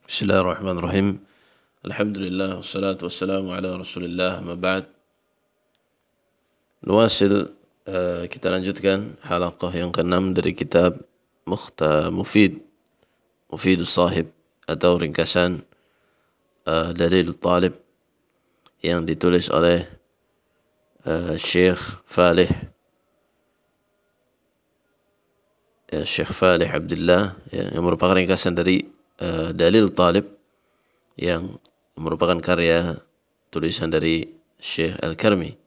Bismillahirrahmanirrahim. Alhamdulillah wassalatu wassalamu ala Rasulillah ma ba'd. Nuwasil kita lanjutkan halaqah yang ke-6 dari kitab Mufidus Sahib atau ringkasan Dalil Talib yang ditulis oleh Syekh Falih Abdullah yang merupakan ringkasan dari Dalil Talib yang merupakan karya tulisan dari Syekh Al-Karmi.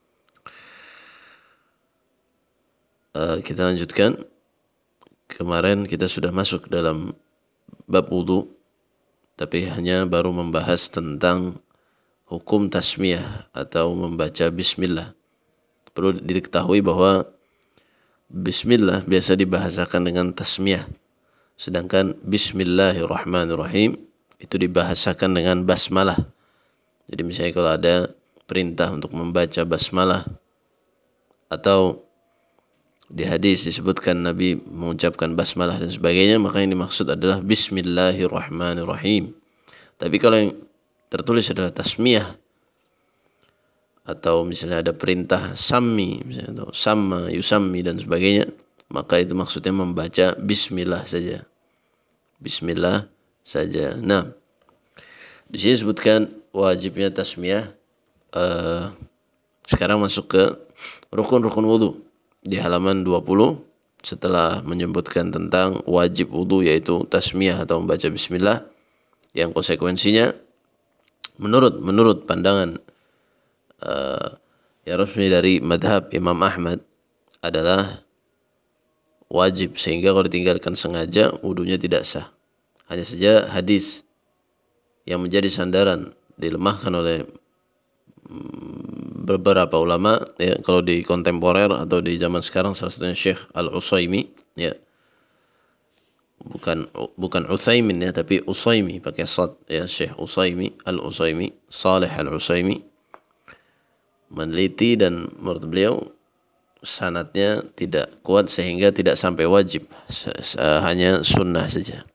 Kita lanjutkan. Kemarin kita sudah masuk dalam bab wudu, tapi hanya baru membahas tentang hukum tasmiyah atau membaca bismillah. Perlu diketahui bahwa bismillah biasa dibahasakan dengan tasmiyah, sedangkan bismillahirrahmanirrahim itu dibahasakan dengan basmalah. Jadi misalnya kalau ada perintah untuk membaca basmalah atau di hadis disebutkan Nabi mengucapkan basmalah dan sebagainya, maka yang dimaksud adalah bismillahirrahmanirrahim. Tapi kalau yang tertulis adalah tasmiyah atau misalnya ada perintah sammi misalnya, atau sama, yusammi dan sebagainya, maka itu maksudnya membaca bismillah saja. Bismillah saja. Nah, di sini disebutkan wajibnya tasmiyah. Sekarang masuk ke rukun-rukun wudu di halaman 20 setelah menyebutkan tentang wajib wudu yaitu tasmiyah atau membaca bismillah, yang konsekuensinya menurut pandangan yang resmi dari madhab Imam Ahmad adalah wajib, sehingga kalau ditinggalkan sengaja wudunya tidak sah. Hanya saja hadis yang menjadi sandaran dilemahkan oleh beberapa ulama, ya, kalau di kontemporer atau di zaman sekarang salah satunya Syekh Al-Utsaimin, ya. Bukan Utsaimin ya, tapi Utsaimin pakai shad, ya, Syekh Utsaimin Al-Utsaimin, Saleh Al-Utsaimin meneliti dan menurut beliau sanadnya tidak kuat sehingga tidak sampai wajib, hanya sunnah saja.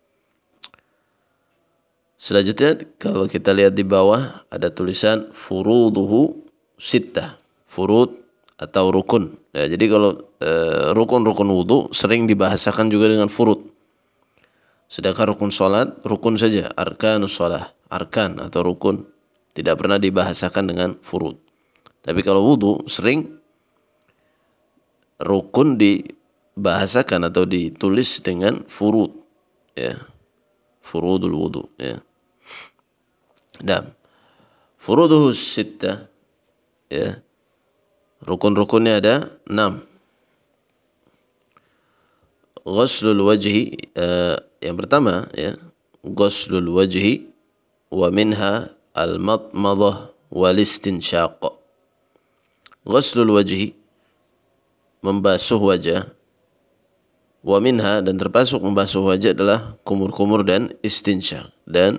Selanjutnya kalau kita lihat di bawah ada tulisan furuduhu sittah, furud atau rukun. Ya, jadi kalau rukun-rukun wudu sering dibahasakan juga dengan furud. Sedangkan rukun salat rukun saja, arkanus shalah, arkan atau rukun, tidak pernah dibahasakan dengan furud. Tapi kalau wudu sering rukun dibahasakan atau ditulis dengan furud, ya. Furudul wudu, ya. Dan furuduhu sittah, ya. Rukun-rukunnya ada 6. Ghuslul wajhi, yang pertama, ya, ghuslul wajhi wa minha al-matmadah wal istinsyaq. Ghuslul wajhi, membasuh wajah, wa minha, dan termasuk membasuh wajah adalah kumur-kumur dan istinsyaq.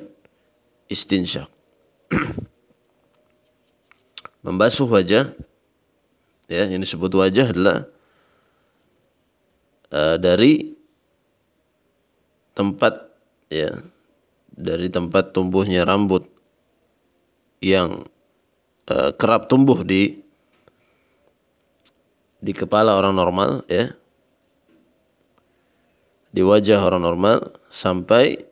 Membasuh wajah, ya, yang disebut wajah adalah dari tempat, ya, dari tempat tumbuhnya rambut yang kerap tumbuh di kepala orang normal, ya, di wajah orang normal sampai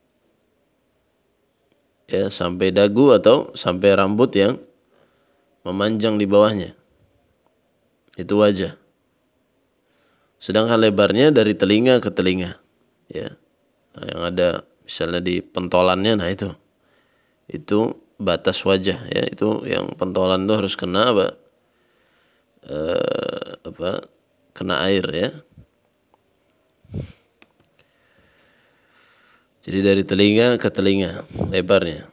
dagu atau sampai rambut yang memanjang di bawahnya. Itu wajah. Sedangkan lebarnya dari telinga ke telinga, ya. Nah, yang ada misalnya di pentolannya, nah itu batas wajah, ya. Itu yang pentolan itu harus kena kena air, ya. Jadi dari telinga ke telinga lebarnya.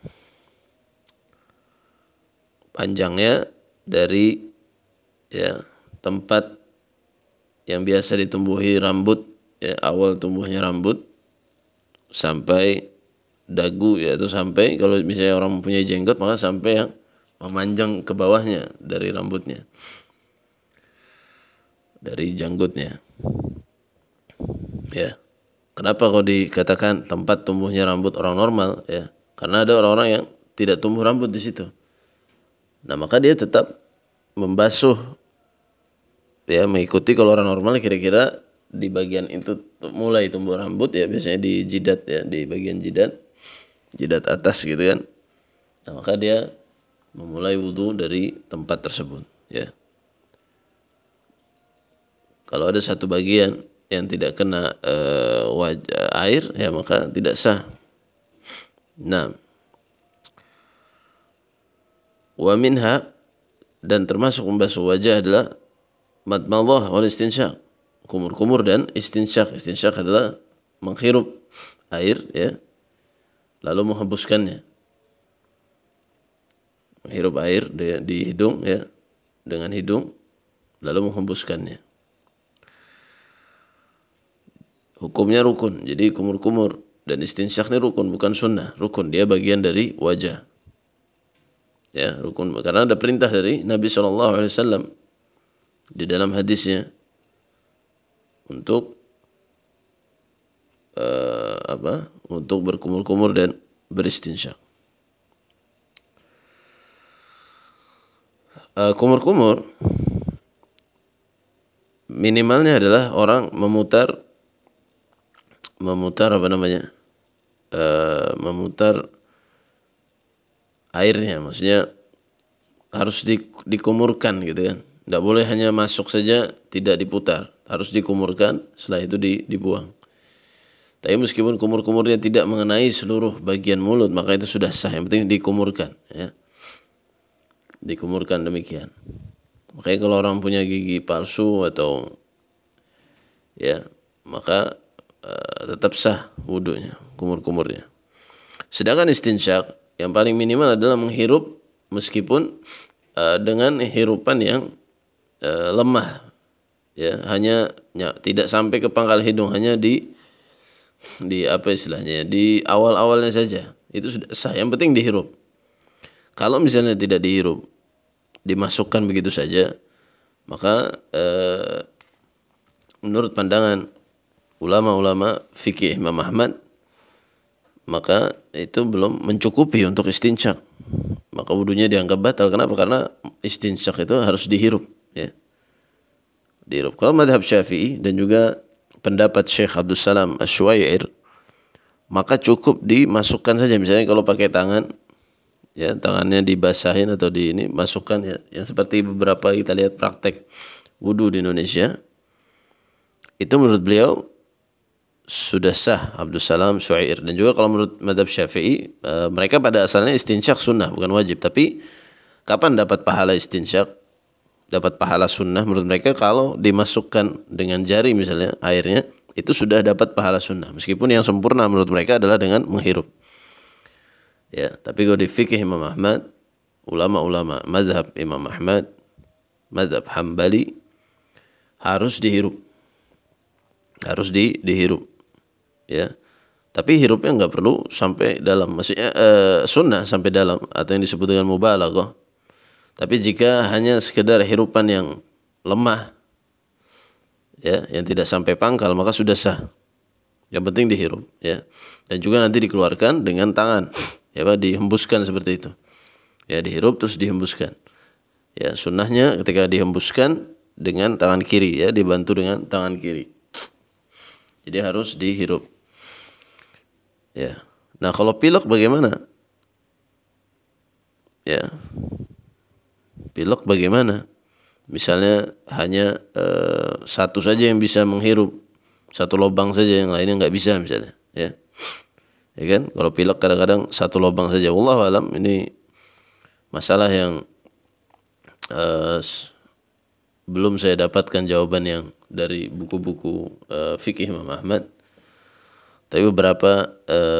Panjangnya dari, ya, tempat yang biasa ditumbuhi rambut, ya, awal tumbuhnya rambut sampai dagu, ya, itu sampai kalau misalnya orang mempunyai jenggot maka sampai yang memanjang ke bawahnya dari rambutnya, dari janggutnya, ya. Kenapa kok dikatakan tempat tumbuhnya rambut orang normal ya? Karena ada orang-orang yang tidak tumbuh rambut di situ. Nah, maka dia tetap membasuh ya, mengikuti kalau orang normal kira-kira di bagian itu mulai tumbuh rambut ya, biasanya di jidat ya, di bagian jidat atas gitu kan. Nah, maka dia memulai wudu dari tempat tersebut ya. Kalau ada satu bagian yang tidak kena wajah air ya, maka tidak sah. Nah, wa minha, dan termasuk membasuh wajah adalah madmadah wal istinsyaq, kumur-kumur dan istinsyaq. Istinsyaq adalah menghirup air ya, lalu menghembuskannya. Menghirup air di hidung ya, dengan hidung lalu menghembuskannya. Hukumnya rukun. Jadi kumur-kumur dan istinsyaq ini rukun, bukan sunnah. Rukun, dia bagian dari wajah. Ya, rukun karena ada perintah dari Nabi SAW di dalam hadisnya untuk untuk berkumur-kumur dan beristinsyaq. Kumur-kumur minimalnya adalah orang memutar memutar airnya, maksudnya harus dikumurkan gitu kan. Tidak boleh hanya masuk saja tidak diputar, harus dikumurkan, setelah itu dibuang. Tapi meskipun kumur-kumurnya tidak mengenai seluruh bagian mulut, maka itu sudah sah. Yang penting dikumurkan ya. Dikumurkan demikian. Makanya kalau orang punya gigi palsu atau ya, maka tetap sah wudunya, kumur-kumurnya. Sedangkan istinsyaq yang paling minimal adalah menghirup meskipun dengan hirupan yang lemah ya, hanya tidak sampai ke pangkal hidung, hanya di apa istilahnya, di awal-awalnya saja, itu sudah sah. Yang penting dihirup. Kalau misalnya tidak dihirup, dimasukkan begitu saja, maka menurut pandangan ulama-ulama fikih Imam Ahmad, maka itu belum mencukupi untuk istinsyaq. Maka wudunya dianggap batal. Kenapa? Karena istinsyaq itu harus dihirup ya. Dihirup. Kalau madhab Syafi'i dan juga pendapat Syekh Abdul Salam Asy-Syuair, maka cukup dimasukkan saja. Misalnya kalau pakai tangan ya, tangannya dibasahin atau ini masukkan ya, yang seperti beberapa kita lihat praktek wudu di Indonesia, itu menurut beliau sudah sah Abdul Salam Syuair. Dan juga kalau menurut madhab Syafi'i, mereka pada asalnya istinsyaq sunnah bukan wajib. Tapi kapan dapat pahala istinsyaq, dapat pahala sunnah menurut mereka kalau dimasukkan dengan jari misalnya airnya, itu sudah dapat pahala sunnah. Meskipun yang sempurna menurut mereka adalah dengan menghirup ya. Tapi kalau di fikih Imam Ahmad, ulama-ulama mazhab Imam Ahmad, mazhab Hambali, harus dihirup, harus dihirup ya. Tapi hirupnya nggak perlu sampai dalam, maksudnya sunnah sampai dalam atau yang disebut dengan mubalaghah. Tapi jika hanya sekedar hirupan yang lemah ya, yang tidak sampai pangkal, maka sudah sah. Yang penting dihirup ya. Dan juga nanti dikeluarkan dengan tangan ya, dihembuskan seperti itu ya, dihirup terus dihembuskan ya. Sunnahnya ketika dihembuskan dengan tangan kiri ya, dibantu dengan tangan kiri. Jadi harus dihirup ya. Nah, kalau pilek bagaimana? Ya, pilek bagaimana? Misalnya hanya satu saja yang bisa menghirup, satu lubang saja, yang lainnya nggak bisa misalnya ya. Ya kan? Kalau pilek kadang-kadang satu lubang saja. Wallahu alam, ini masalah yang belum saya dapatkan jawaban yang dari buku-buku fikih Imam Ahmad. Tapi beberapa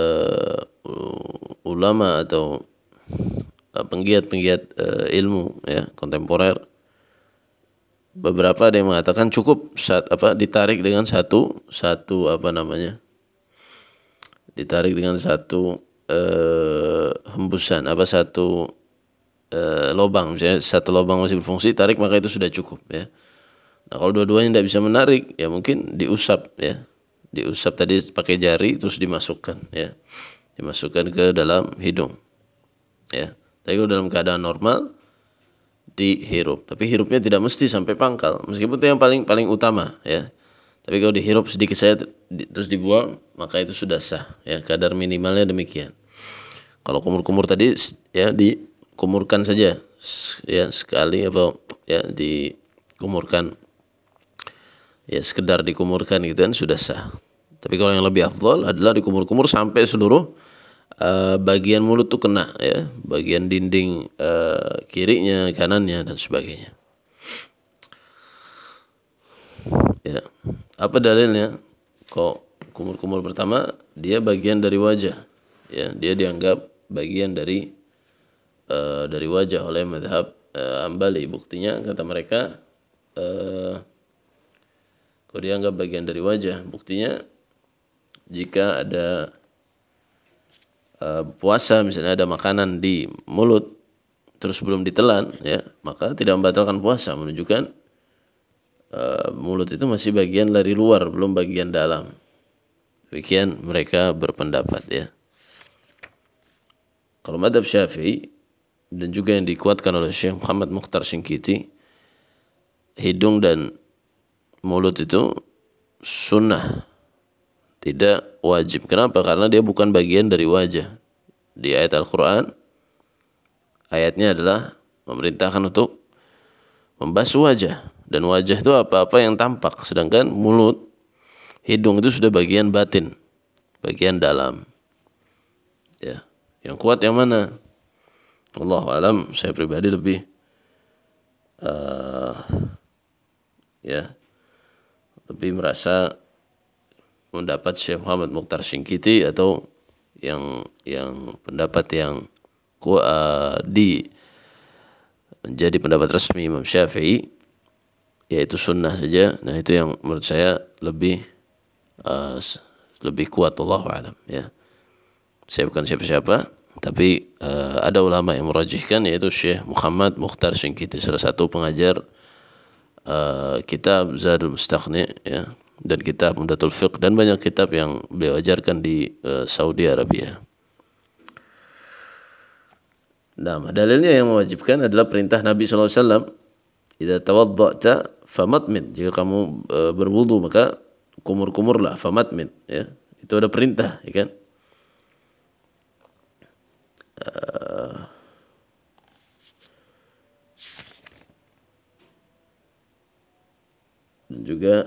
ulama atau penggiat-penggiat ilmu ya kontemporer, beberapa ada yang mengatakan cukup ditarik dengan satu ditarik dengan satu hembusan, satu lubang, misalnya satu lubang masih berfungsi, tarik, maka itu sudah cukup ya. Nah, kalau dua-duanya tidak bisa menarik, ya mungkin diusap ya, diusap tadi pakai jari terus dimasukkan, ya, dimasukkan ke dalam hidung, ya. Tapi kalau dalam keadaan normal dihirup, tapi hirupnya tidak mesti sampai pangkal, meskipun itu yang paling utama, ya. Tapi kalau dihirup sedikit saja terus dibuang, maka itu sudah sah, ya, kadar minimalnya demikian. Kalau kumur-kumur tadi, ya, dikumurkan saja, ya, sekali, apa, ya, dikumurkan, ya, sekedar dikumurkan gitu kan sudah sah. Tapi kalau yang lebih afdal adalah dikumur-kumur sampai seluruh bagian mulut tuh kena, ya, bagian dinding kirinya, kanannya dan sebagainya. Ya, apa dalilnya? Kok kumur-kumur pertama dia bagian dari wajah, ya, dia dianggap bagian dari wajah oleh mazhab Hambali. Buktinya kata mereka, kalau dianggap bagian dari wajah, buktinya jika ada puasa, misalnya ada makanan di mulut terus belum ditelan, ya, maka tidak membatalkan puasa, menunjukkan mulut itu masih bagian dari luar, belum bagian dalam. Demikian mereka berpendapat, ya. Kalau madhab Syafi'i dan juga yang dikuatkan oleh Syekh Muhammad Mukhtar Shinkiti, hidung dan mulut itu sunnah, tidak wajib. Kenapa? Karena dia bukan bagian dari wajah. Di ayat Al-Quran, ayatnya adalah memerintahkan untuk membasuh wajah. Dan wajah itu apa-apa yang tampak. Sedangkan mulut, hidung itu sudah bagian batin, bagian dalam. Ya, yang kuat yang mana? Wallahu alam, saya pribadi lebih lebih merasa mendapat Syekh Muhammad Mukhtar Shinkiti, atau yang pendapat yang menjadi pendapat resmi Imam Syafi'i, yaitu sunnah saja. Nah, itu yang menurut saya lebih kuat, wallahu alam, ya. Saya bukan siapa-siapa, tapi ada ulama yang merajihkan, yaitu Syekh Muhammad Mukhtar Shinkiti, salah satu pengajar kitab Zadul Mustaqni, ya, dan kitab Umdatul Fiqh, dan banyak kitab yang beliau ajarkan di Saudi Arabia. Nah, dalilnya yang mewajibkan adalah perintah Nabi SAW, idza tawadda'ta famatmid, jika kamu berwudu maka kumur-kumurlah, famatmid, ya. Itu ada perintah, ya kan? Dan juga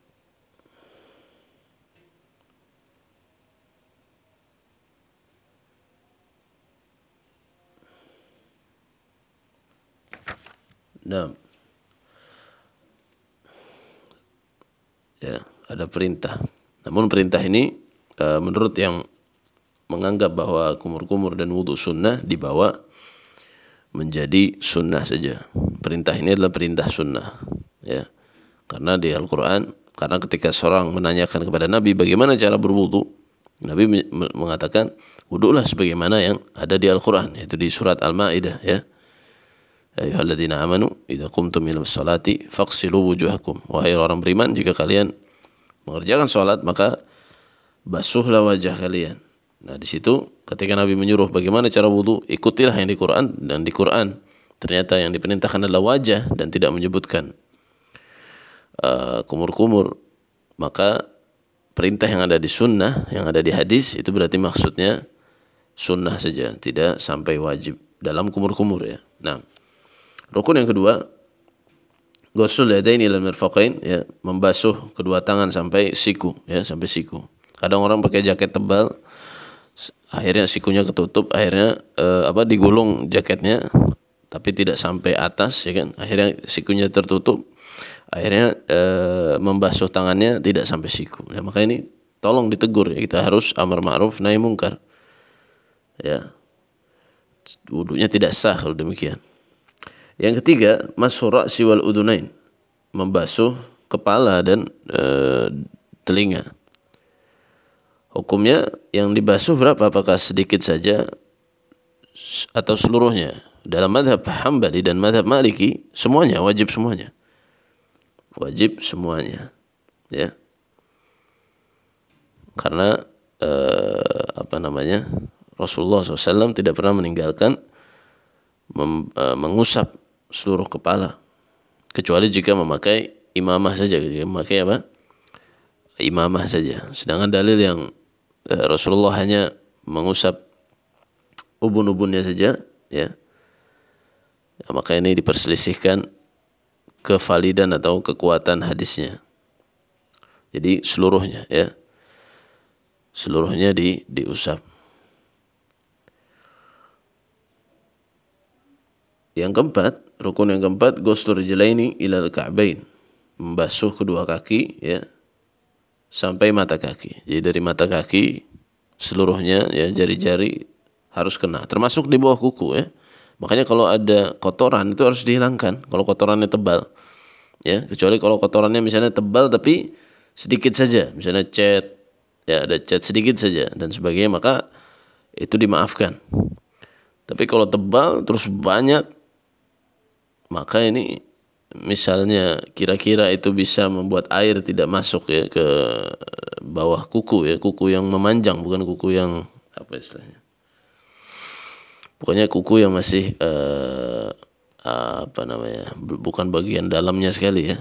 ya, ada perintah. Namun perintah ini menurut yang menganggap bahwa kumur-kumur dan wudu sunnah, dibawa menjadi sunnah saja. Perintah ini adalah perintah sunnah, ya. Karena di Al-Quran, karena ketika seorang menanyakan kepada Nabi bagaimana cara berwudu, Nabi mengatakan wudulah sebagaimana yang ada di Al-Quran, yaitu di surat Al-Ma'idah, ya. Ayyuhalladzina amanu idza qumtum ilas salati faghsilu wujuhakum, wahai orang beriman, jika kalian mengerjakan salat maka basuhlah wajah kalian. Nah, di situ ketika Nabi menyuruh bagaimana cara wudu, ikutilah yang di Quran, dan di Quran ternyata yang diperintahkan adalah wajah dan tidak menyebutkan kumur-kumur, maka perintah yang ada di sunnah, yang ada di hadis, itu berarti maksudnya sunnah saja, tidak sampai wajib dalam kumur-kumur, ya. Nah, rukun yang kedua, ghusl yadaini ilal mirfaqain, ya, membasuh kedua tangan sampai siku, ya, sampai siku. Kadang orang pakai jaket tebal, akhirnya sikunya ketutup, akhirnya digulung jaketnya tapi tidak sampai atas, ya kan, akhirnya sikunya tertutup, akhirnya membasuh tangannya tidak sampai siku. Nah, maka ini tolong ditegur, ya, kita harus amar ma'ruf nahi mungkar, ya. Wudunya tidak sah kalau demikian. Yang ketiga, mashu ra'si wal udunain, membasuh kepala dan telinga. Hukumnya yang dibasuh berapa? Apakah sedikit saja atau seluruhnya? Dalam mazhab Hambali dan mazhab Maliki, semuanya, wajib semuanya. Wajib semuanya, ya. karena Rasulullah SAW tidak pernah meninggalkan mengusap seluruh kepala, kecuali jika memakai imamah saja, memakai imamah saja. Sedangkan dalil yang Rasulullah hanya mengusap ubun-ubunnya saja, ya, maka ini diperselisihkan kevalidan atau kekuatan hadisnya. Jadi seluruhnya, ya, seluruhnya diusap. Yang keempat, rukun yang keempat, ghuslu rijlaini ilal ka'bain, membasuh kedua kaki, ya, sampai mata kaki. Jadi dari mata kaki seluruhnya, ya, jari-jari harus kena, termasuk di bawah kuku, ya. Makanya kalau ada kotoran itu harus dihilangkan kalau kotorannya tebal, ya, kecuali kalau kotorannya misalnya tebal tapi sedikit saja, misalnya cat, ya, ada cat sedikit saja dan sebagainya, maka itu dimaafkan. Tapi kalau tebal terus banyak, maka ini misalnya kira-kira itu bisa membuat air tidak masuk, ya, ke bawah kuku, ya, kuku yang memanjang, bukan kuku yang apa istilahnya, pokoknya kuku yang masih bukan bagian dalamnya sekali, ya.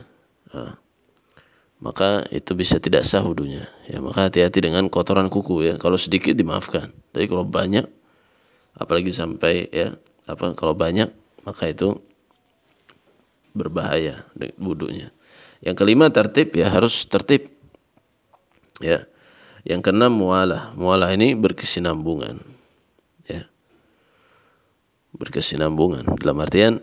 Maka itu bisa tidak sah wudunya, ya. Maka hati-hati dengan kotoran kuku, ya. Kalau sedikit dimaafkan, tapi kalau banyak, apalagi sampai, ya, kalau banyak, maka itu berbahaya wudunya. Yang kelima, tertib, ya, harus tertib, ya. Yang keenam, mualah. Mualah ini berkesinambungan, ya, berkesinambungan dalam artian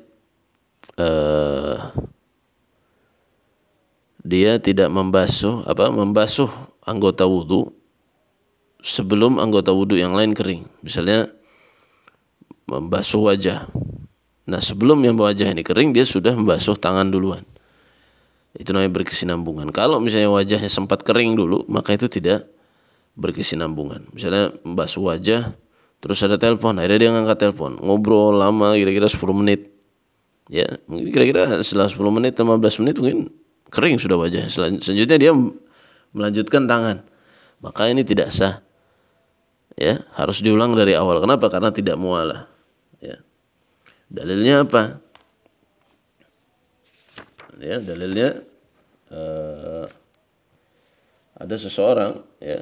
dia tidak membasuh anggota wudu sebelum anggota wudu yang lain kering. Misalnya membasuh wajah, nah sebelum yang wajah ini kering dia sudah membasuh tangan duluan, itu namanya berkesinambungan. Kalau misalnya wajahnya sempat kering dulu, maka itu tidak berkesinambungan. Misalnya membasuh wajah terus ada telepon, akhirnya dia ngangkat telepon, ngobrol lama kira-kira 10 menit, ya, mungkin kira-kira setelah 10 menit 15 menit mungkin kering sudah wajah. Selanjutnya dia melanjutkan tangan, maka ini tidak sah, ya, harus diulang dari awal. Kenapa? Karena tidak mualah, ya. Dalilnya apa? Ya, dalilnya ada seseorang, ya,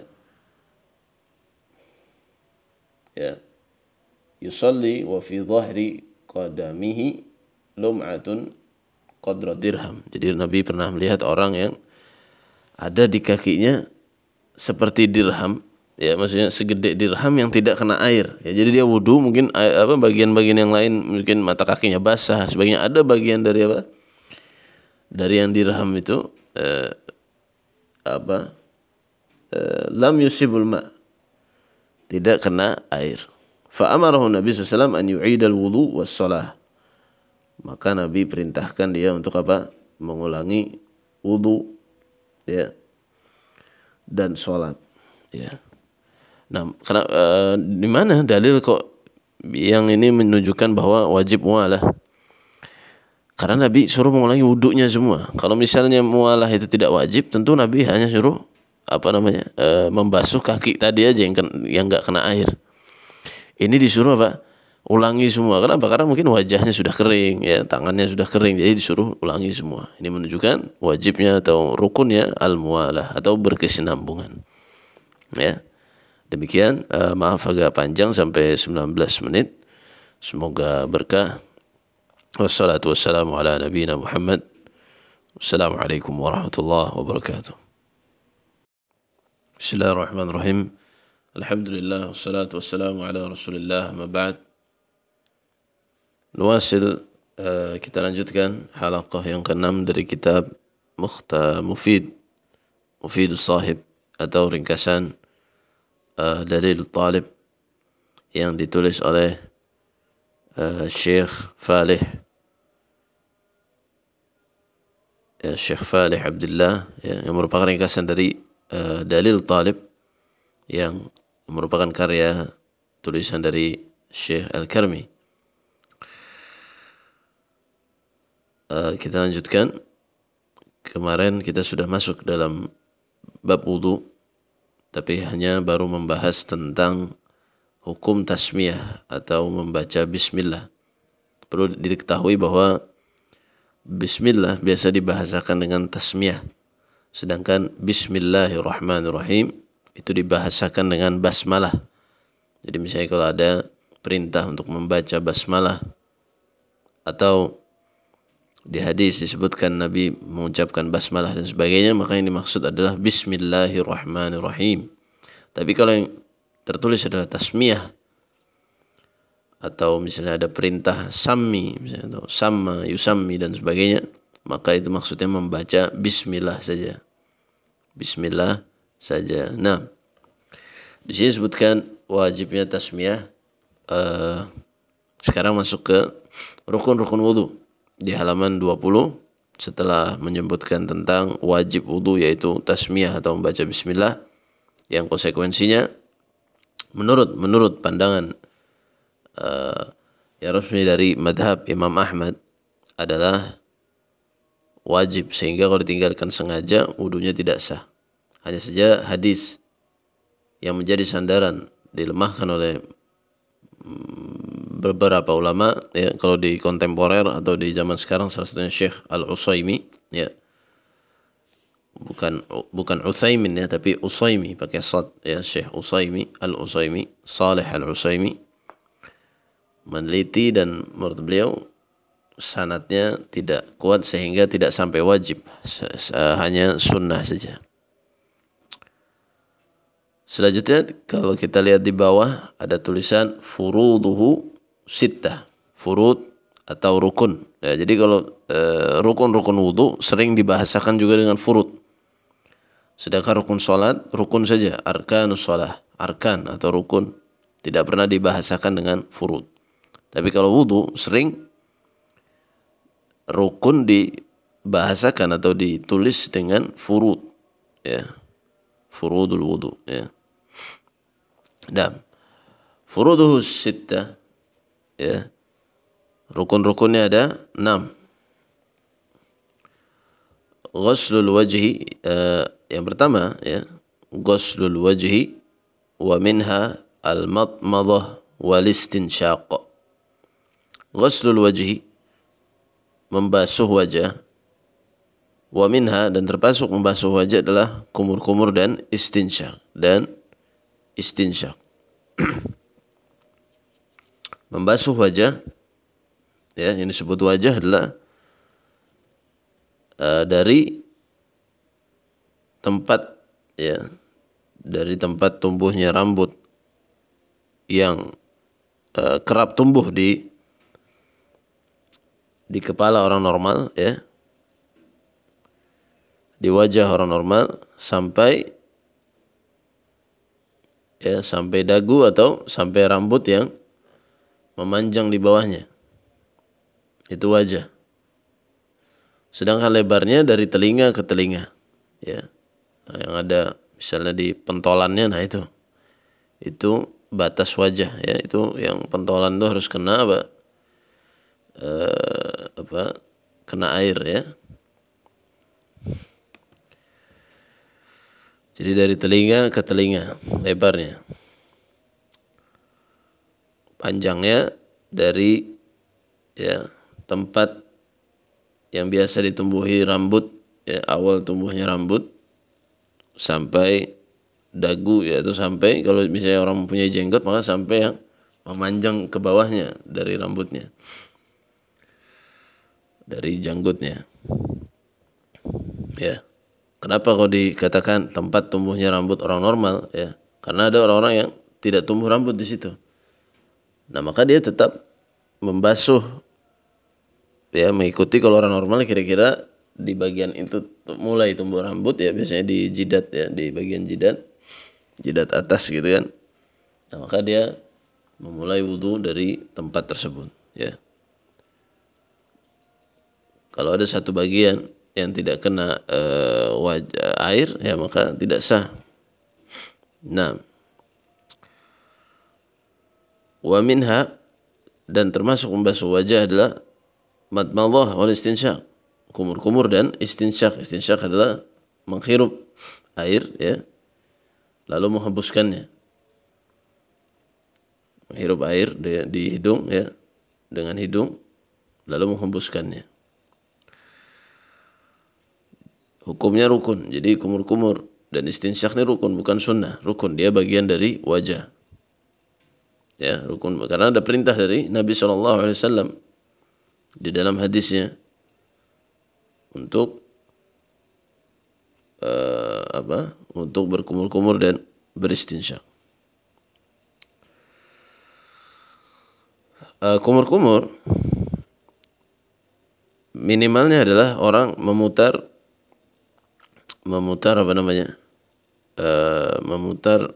yusalli wa fi dhahri qadamihi lum'atun qadra dirham. Jadi Nabi pernah melihat orang yang ada di kakinya seperti dirham, ya, maksudnya segede dirham yang tidak kena air, ya. Jadi dia wudu, mungkin bagian-bagian yang lain mungkin mata kakinya basah sebagainya, ada bagian dari dari yang dirham itu lam yusibul ma, tidak kena air. Fa amarahu Nabi SAW an yu'idal wudu was shalah, maka Nabi perintahkan dia untuk mengulangi wudu, ya, dan sholat, ya. Nah, di mana dalil kok yang ini menunjukkan bahwa wajib mualah? Karena Nabi suruh mengulangi wudunya semua. Kalau misalnya mualah itu tidak wajib, tentu Nabi hanya suruh membasuh kaki tadi aja yang nggak kena air. Ini disuruh ulangi semua. Kenapa? Karena mungkin wajahnya sudah kering, ya, tangannya sudah kering, jadi disuruh ulangi semua. Ini menunjukkan wajibnya atau rukunnya al-mualah atau berkesinambungan, ya. Demikian, maaf agak panjang sampai 19 menit. Semoga berkah. Wassalatu wassalamu ala nabiyina Muhammad. Wassalamualaikum warahmatullahi wabarakatuh. Bismillahirrahmanirrahim. Alhamdulillah wassalatu wassalamu ala Rasulillah, ma ba'd. Nuwasil, kita lanjutkan halaqah yang ke-6 dari kitab Mufidus Sahib atau ringkasan Dalil Talib yang ditulis oleh Syekh Falih Abdullah, ya, yang merupakan ringkasan dari Dalil Talib yang merupakan karya tulisan dari Syekh Al-Karmi. Kita lanjutkan. Kemarin kita sudah masuk dalam bab wudu, tapi hanya baru membahas tentang hukum tasmiyah atau membaca bismillah. Perlu diketahui bahwa bismillah biasa dibahasakan dengan tasmiyah, sedangkan bismillahirrahmanirrahim itu dibahasakan dengan basmalah. Jadi misalnya kalau ada perintah untuk membaca basmalah, atau di hadis disebutkan Nabi mengucapkan basmalah dan sebagainya, maka yang dimaksud adalah bismillahirrahmanirrahim. Tapi kalau yang tertulis adalah tasmiyah, atau misalnya ada perintah sammi, misalnya, atau sama, yusammi dan sebagainya, maka itu maksudnya membaca bismillah saja. Bismillah saja. Nah, di sini disebutkan wajibnya tasmiyah. Sekarang masuk ke rukun-rukun wudu di halaman 20 setelah menyebutkan tentang wajib wudu yaitu tasmiyah atau membaca bismillah, yang konsekuensinya menurut pandangan yang resmi dari madhab Imam Ahmad adalah wajib, sehingga kalau ditinggalkan sengaja wudunya tidak sah. Hanya saja hadis yang menjadi sandaran dilemahkan oleh beberapa ulama, ya, kalau di kontemporer atau di zaman sekarang salah satunya Syekh Al-Utsaimin, ya. Bukan Utsaimin ya, tapi Utsaimin pakai shad, ya, Syekh Utsaimin Al-Utsaimin, Saleh Al-Utsaimin, meneliti dan menurut beliau sanadnya tidak kuat sehingga tidak sampai wajib, hanya sunnah saja. Selanjutnya kalau kita lihat di bawah ada tulisan furuduhu sittah, furud atau rukun. Ya, jadi kalau rukun-rukun wudu sering dibahasakan juga dengan furud. Sedangkan rukun salat rukun saja, arkanus shalah, arkan atau rukun, tidak pernah dibahasakan dengan furud. Tapi kalau wudu sering rukun dibahasakan atau ditulis dengan furud, ya. Furudul wudu, ya. Dan furuduhu sittah, ya. Rukun-rukunnya ada 6. Ghuslul wajhi, yang pertama, ya, ghuslul wajhi wa minha al-madmadah wal istinsyaq. Ghuslul wajhi, membasuh wajah, wa minha, dan termasuk membasuh wajah adalah kumur-kumur dan istinsyaq. Membasuh wajah, ya, yang disebut wajah adalah dari tempat, ya, dari tempat tumbuhnya rambut yang kerap tumbuh di kepala orang normal, ya, di wajah orang normal sampai, ya, sampai dagu atau sampai rambut yang memanjang di bawahnya. Itu wajah. Sedangkan lebarnya dari telinga ke telinga, ya. Nah, yang ada misalnya di pentolannya, nah itu batas wajah, ya. Itu yang pentolan itu harus kena kena air, ya. Jadi dari telinga ke telinga lebarnya. Panjangnya dari, ya, tempat yang biasa ditumbuhi rambut, ya, awal tumbuhnya rambut sampai dagu, ya, itu sampai, kalau misalnya orang mempunyai jenggot maka sampai yang memanjang ke bawahnya dari rambutnya, dari janggutnya, ya. Kenapa kalau dikatakan tempat tumbuhnya rambut orang normal, ya? Karena ada orang-orang yang tidak tumbuh rambut di situ. Nah, maka dia tetap membasuh, ya, mengikuti kalau orang normal kira-kira di bagian itu mulai tumbuh rambut, ya, biasanya di jidat, ya, di bagian jidat atas gitu kan. Nah, maka dia memulai wudu dari tempat tersebut, ya. Kalau ada satu bagian yang tidak kena wajah air, ya, maka tidak sah. Nah, wa minha, dan termasuk membasuh wajah adalah madmadah wal istinsyaq, kumur-kumur dan istinsyaq. Istinsyaq adalah menghirup air, ya, lalu menghembuskannya, menghirup air di hidung ya, dengan hidung lalu menghembuskannya. Hukumnya rukun, jadi kumur-kumur dan istinsyak ini rukun, bukan sunnah. Rukun, dia bagian dari wajah. Ya, rukun karena ada perintah dari Nabi SAW di dalam hadisnya untuk untuk berkumur-kumur dan beristinsyak. Kumur-kumur minimalnya adalah orang memutar memutar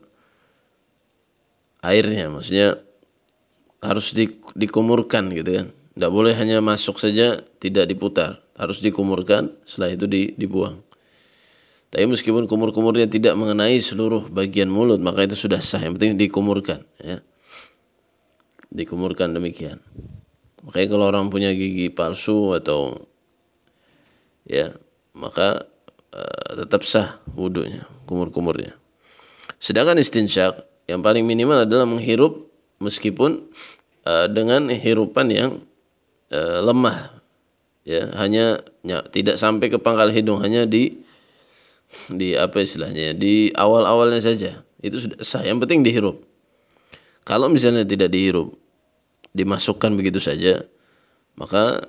airnya, maksudnya harus dikumurkan gitu kan. Tidak boleh hanya masuk saja tidak diputar, harus dikumurkan, setelah itu dibuang. Tapi meskipun kumur-kumurnya tidak mengenai seluruh bagian mulut, maka itu sudah sah. Yang penting dikumurkan, ya. Dikumurkan demikian. Makanya kalau orang punya gigi palsu atau ya, maka tetap sah wudunya, kumur-kumurnya. Sedangkan istinsyak yang paling minimal adalah menghirup meskipun dengan hirupan yang lemah, ya, hanya tidak sampai ke pangkal hidung, hanya di apa istilahnya, di awal-awalnya saja, itu sudah sah. Yang penting dihirup. Kalau misalnya tidak dihirup, dimasukkan begitu saja, maka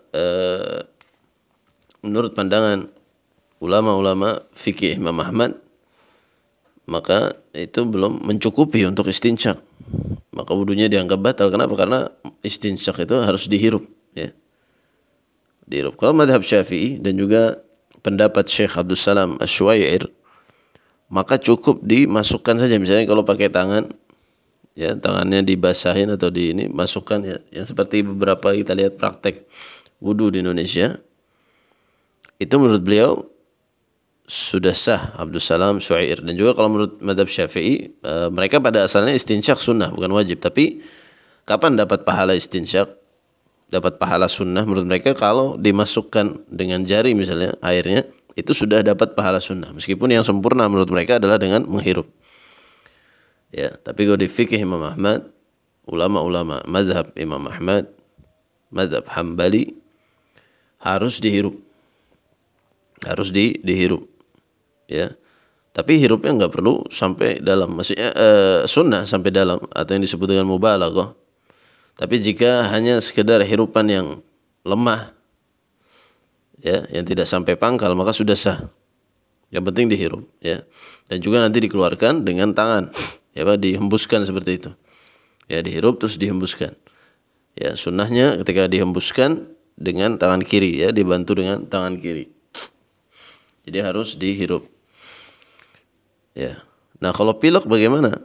menurut pandangan ulama-ulama fikih Imam Ahmad, maka itu belum mencukupi untuk istinsyak. Maka wudunya dianggap batal. Kenapa? Karena istinsyak itu harus dihirup, ya. Dihirup. Kalau mazhab Syafi'i dan juga pendapat Syekh Abdul Salam Asy-Syuair, maka cukup dimasukkan saja. Misalnya kalau pakai tangan, ya, tangannya dibasahin atau ini masukkan, ya, yang seperti beberapa kita lihat praktek wudu di Indonesia, itu menurut beliau sudah sah Abdul Salam Syuair. Dan juga kalau menurut mazhab Syafi'i, mereka pada asalnya istinsyak sunnah, bukan wajib. Tapi kapan dapat pahala istinsyak, dapat pahala sunnah menurut mereka? Kalau dimasukkan dengan jari misalnya airnya, itu sudah dapat pahala sunnah. Meskipun yang sempurna menurut mereka adalah dengan menghirup. Ya, tapi kalau di fikih Imam Ahmad, ulama-ulama mazhab Imam Ahmad, mazhab Hambali, harus dihirup. Harus dihirup. Ya. Tapi hirupnya enggak perlu sampai dalam, maksudnya sunnah sampai dalam, atau yang disebut dengan mubalaghah. Tapi jika hanya sekedar hirupan yang lemah, ya, yang tidak sampai pangkal, maka sudah sah. Yang penting dihirup, ya. Dan juga nanti dikeluarkan dengan tangan, ya, dihembuskan seperti itu. Ya, dihirup terus dihembuskan. Ya, sunnahnya ketika dihembuskan dengan tangan kiri, ya, dibantu dengan tangan kiri. Jadi harus dihirup. Ya. Nah, kalau pilek bagaimana?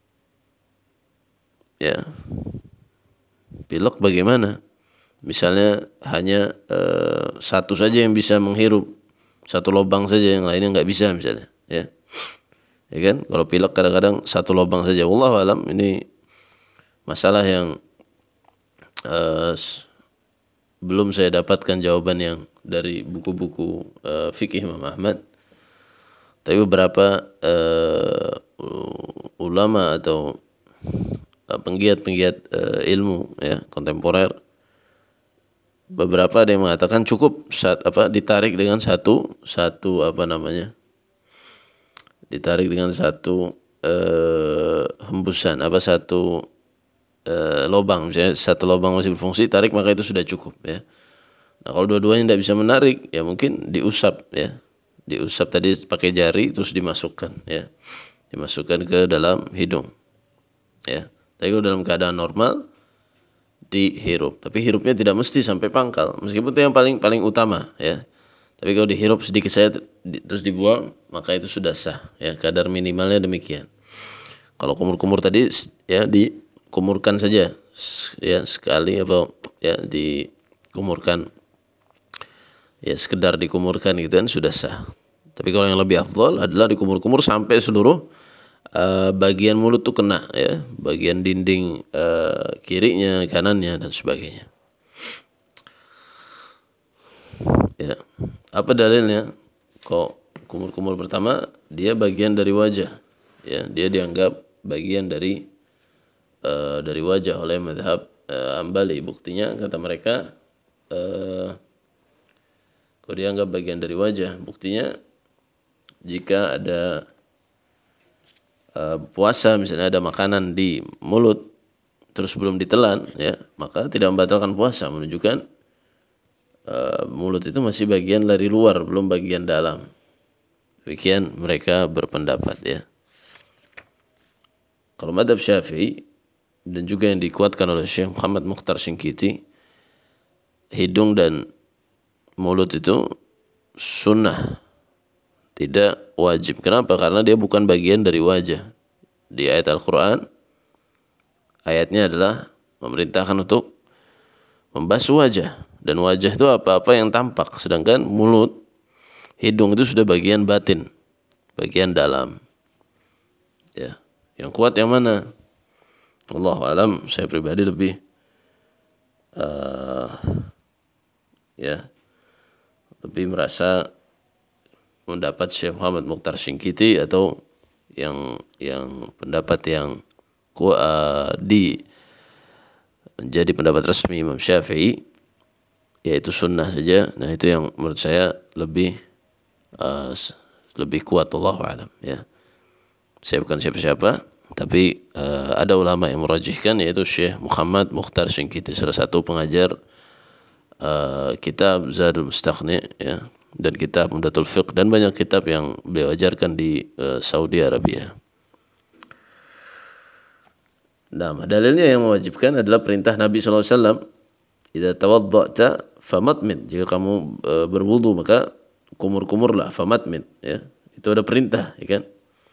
Ya. Pilek bagaimana? Misalnya hanya satu saja yang bisa menghirup, satu lubang saja, yang lainnya nggak bisa misalnya, ya. Ya kan? Kalau pilek kadang-kadang satu lubang saja. Wallahu alam, ini masalah yang belum saya dapatkan jawaban yang dari buku-buku fikih Imam Ahmad. Tapi beberapa ulama atau penggiat-penggiat ilmu, ya, kontemporer, beberapa ada yang mengatakan cukup ditarik dengan satu ditarik dengan satu hembusan, satu lubang, misalnya satu lubang masih berfungsi, tarik, maka itu sudah cukup, ya. Nah, kalau dua-duanya tidak bisa menarik, ya mungkin diusap, ya. Diusap tadi pakai jari terus dimasukkan, ya. Dimasukkan ke dalam hidung, ya. Tapi kalau dalam keadaan normal dihirup. Tapi hirupnya tidak mesti sampai pangkal, meskipun itu yang paling utama, ya. Tapi kalau dihirup sedikit saja terus dibuang, maka itu sudah sah, ya. Kadar minimalnya demikian. Kalau kumur-kumur tadi, ya, dikumurkan saja, ya, sekali, ya, dikumurkan, ya, sekedar dikumurkan gitu kan, sudah sah. Tapi kalau yang lebih afdal adalah dikumur-kumur sampai seluruh bagian mulut tuh kena, ya, bagian dinding kirinya, kanannya, dan sebagainya. Ya, apa dalilnya? Kok kumur-kumur pertama dia bagian dari wajah, ya, dia dianggap bagian dari wajah oleh mazhab Hambali. Buktinya kata mereka, kalau dianggap bagian dari wajah, buktinya jika ada puasa misalnya, ada makanan di mulut terus belum ditelan, ya, maka tidak membatalkan puasa, menunjukkan mulut itu masih bagian dari luar, belum bagian dalam. Demikian mereka berpendapat, ya. Kalau madhab Syafi'i dan juga yang dikuatkan oleh Syekh Muhammad Mukhtar Shinkiti, hidung dan mulut itu sunnah, tidak wajib. Kenapa? Karena dia bukan bagian dari wajah. Di ayat Al-Quran, ayatnya adalah memerintahkan untuk membasuh wajah. Dan wajah itu apa-apa yang tampak. Sedangkan mulut, hidung itu sudah bagian batin, bagian dalam. Ya. Yang kuat yang mana? Wallahu alam, saya pribadi lebih lebih merasa mendapat Syekh Muhammad Mukhtar Shinkiti, atau yang pendapat yang menjadi pendapat resmi Imam Syafi'i, yaitu sunnah saja. Nah, itu yang menurut saya lebih kuat, wallahu alam, ya. Saya bukan siapa-siapa, tapi ada ulama yang merajihkan, yaitu Syekh Muhammad Mukhtar Shinkiti, salah satu pengajar kitab Zadul Mustaqni, ya, dan kitab Umdatul Fiqh, dan banyak kitab yang beliau ajarkan di Saudi Arabia. Nah, dalilnya yang mewajibkan adalah perintah Nabi SAW, idza tawadda'ta famatmid, jika kamu berwudu maka kumur-kumurlah, famatmid, ya. Itu ada perintah, ya kan?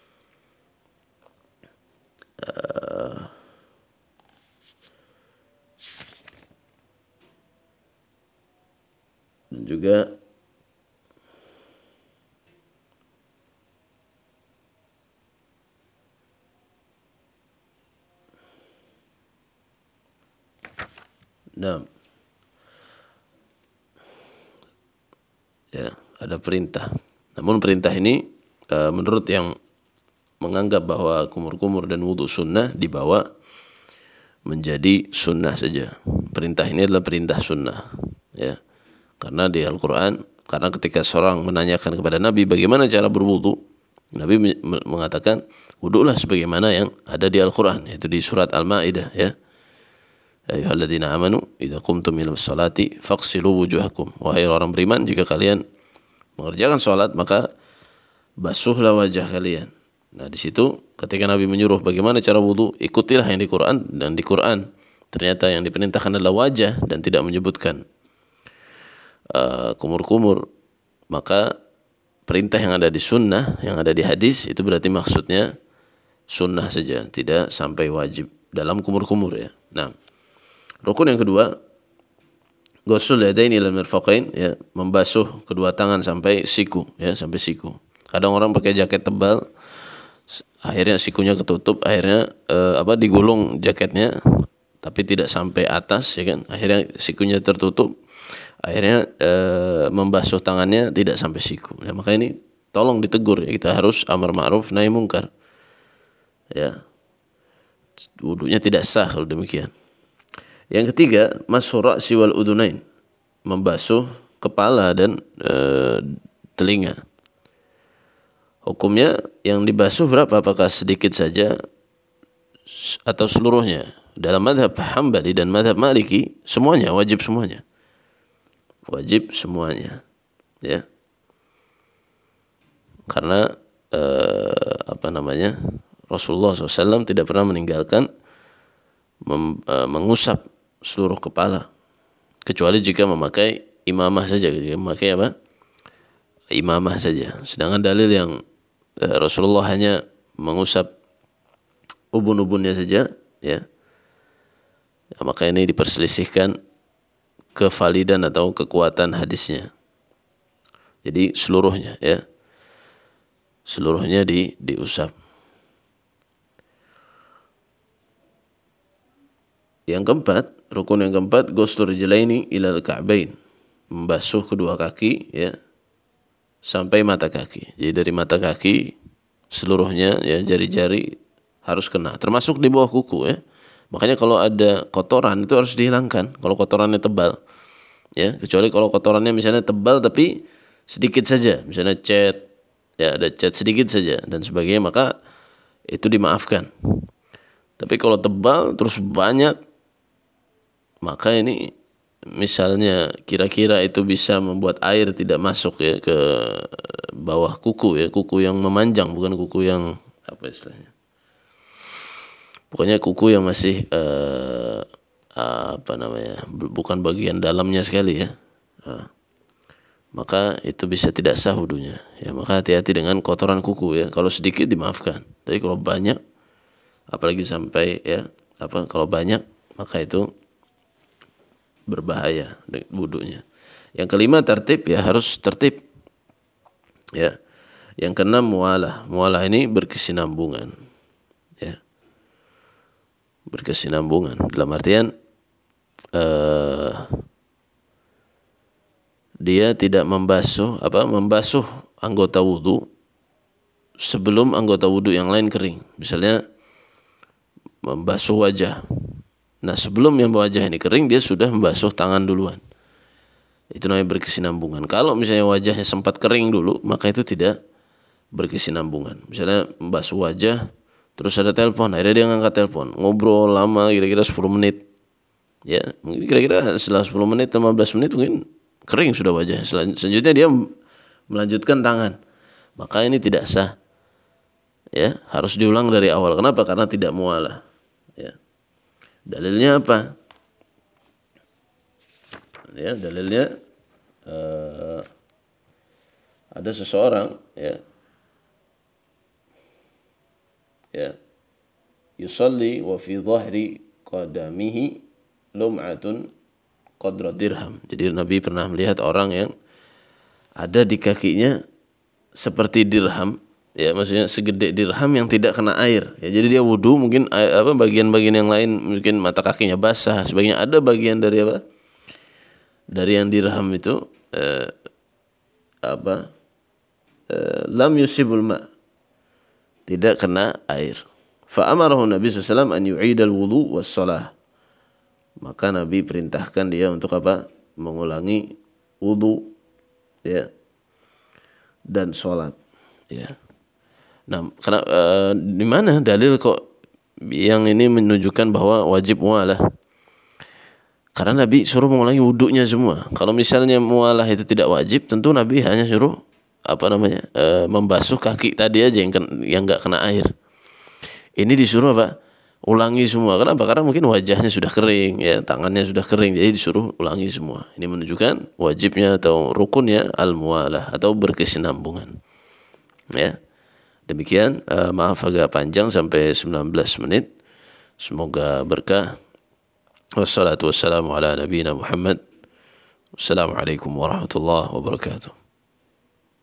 Dan juga ya, ada perintah. Namun perintah ini menurut yang menganggap bahwa kumur-kumur dan wudu sunnah, dibawa menjadi sunnah saja. Perintah ini adalah perintah sunnah, ya. Karena di Al-Quran, karena ketika seorang menanyakan kepada Nabi bagaimana cara berwudu, Nabi mengatakan wudulah sebagaimana yang ada di Al-Quran, yaitu di surat Al-Ma'idah, ya. Ayyuhalladzina amanu idza qumtum ila sholati faghsilu wujuhakum. Wahai orang beriman, jika kalian mengerjakan salat maka basuhlah wajah kalian. Nah, di situ ketika Nabi menyuruh bagaimana cara wudu, ikutilah yang di Quran, dan di Quran ternyata yang diperintahkan adalah wajah dan tidak menyebutkan kumur-kumur, maka perintah yang ada di sunnah, yang ada di hadis, itu berarti maksudnya sunnah saja, tidak sampai wajib dalam kumur-kumur, ya. Nah, rukun yang kedua, ghusl yadaini ilal mirfaqain, ya, membasuh kedua tangan sampai siku, ya, sampai siku. Kadang orang pakai jaket tebal, akhirnya sikunya ketutup, akhirnya digulung jaketnya tapi tidak sampai atas, ya kan, akhirnya sikunya tertutup, akhirnya membasuh tangannya tidak sampai siku, ya. Maka ini tolong ditegur, ya. Kita harus amar ma'ruf nahi mungkar, ya. Wudunya tidak sah kalau demikian. Yang ketiga, mashu ra'si wal udunain, membasuh kepala dan telinga. Hukumnya yang dibasuh berapa? Apakah sedikit saja atau seluruhnya? Dalam mazhab Hambali dan mazhab Maliki, semuanya, wajib semuanya. Wajib semuanya, ya. Karena Rasulullah SAW tidak pernah meninggalkan mengusap seluruh kepala, kecuali jika memakai imamah saja, memakai imamah saja. Sedangkan dalil yang Rasulullah hanya mengusap ubun-ubunnya saja, ya, maka ini diperselisihkan kevalidan atau kekuatan hadisnya. Jadi seluruhnya, ya, seluruhnya diusap. Yang keempat, rukun yang keempat, ghuslu rijlaini ilal ka'bain, membasuh kedua kaki, ya, sampai mata kaki. Jadi dari mata kaki seluruhnya, ya, jari-jari harus kena, termasuk di bawah kuku, ya. Makanya kalau ada kotoran itu harus dihilangkan. Kalau kotorannya tebal, ya, kecuali kalau kotorannya misalnya tebal tapi sedikit saja, misalnya cat, ya, ada cat sedikit saja dan sebagainya, maka itu dimaafkan. Tapi kalau tebal terus banyak, maka ini misalnya kira-kira itu bisa membuat air tidak masuk, ya, ke bawah kuku, ya, kuku yang memanjang, bukan kuku yang apa istilahnya, pokoknya kuku yang masih apa namanya, bukan bagian dalamnya sekali, ya. Maka itu bisa tidak sah wudunya, ya. Maka hati-hati dengan kotoran kuku, ya. Kalau sedikit dimaafkan, tapi kalau banyak, apalagi sampai, ya, kalau banyak, maka itu berbahaya wudunya. Yang kelima tertib, ya, harus tertib, ya. Yang keenam mualah. Mualah ini berkesinambungan, ya. Berkesinambungan dalam artian dia tidak membasuh anggota wudu sebelum anggota wudu yang lain kering. Misalnya membasuh wajah. Nah, sebelum yang wajah ini kering, dia sudah membasuh tangan duluan. Itu namanya berkesinambungan. Kalau misalnya wajahnya sempat kering dulu, maka itu tidak berkesinambungan. Misalnya membasuh wajah, terus ada telepon, akhirnya dia ngangkat telepon, ngobrol lama, kira-kira 10 menit. Ya, mungkin kira-kira setelah 10 menit, 15 menit mungkin kering sudah wajahnya. Selanjutnya dia melanjutkan tangan. Maka ini tidak sah. Ya, harus diulang dari awal. Kenapa? Karena tidak mualah. Ya. Dalilnya apa? Ya, dalilnya ada seseorang, ya, yusalli wa fi dhahri qadamihi lum'atun qadra dirham. Jadi Nabi pernah melihat orang yang ada di kakinya seperti dirham, ya, maksudnya segede dirham yang tidak kena air, ya. Jadi dia wudu, mungkin bagian-bagian yang lain, mungkin mata kakinya basah, sebagainya, ada bagian dari dari yang dirham itu lam yusibul ma, tidak kena air. Fa amarahu Nabi SAW an yu'idal wudu was shalah. Maka Nabi perintahkan dia untuk mengulangi wudu, ya, dan sholat, ya. Nah, di mana dalil kok yang ini menunjukkan bahwa wajib mualah? Karena Nabi suruh mengulangi wudunya semua. Kalau misalnya mualah itu tidak wajib, tentu Nabi hanya suruh membasuh kaki tadi aja yang nggak kena air. Ini disuruh ulangi semua. Kenapa? Karena mungkin wajahnya sudah kering, ya, tangannya sudah kering, jadi disuruh ulangi semua. Ini menunjukkan wajibnya atau rukunnya al-mualah atau berkesinambungan. Ya. Demikian, maaf agak panjang sampai 19 menit. Semoga berkah. Wassalatu wassalamu ala nabiyina Muhammad. Wassalamualaikum warahmatullahi wabarakatuh.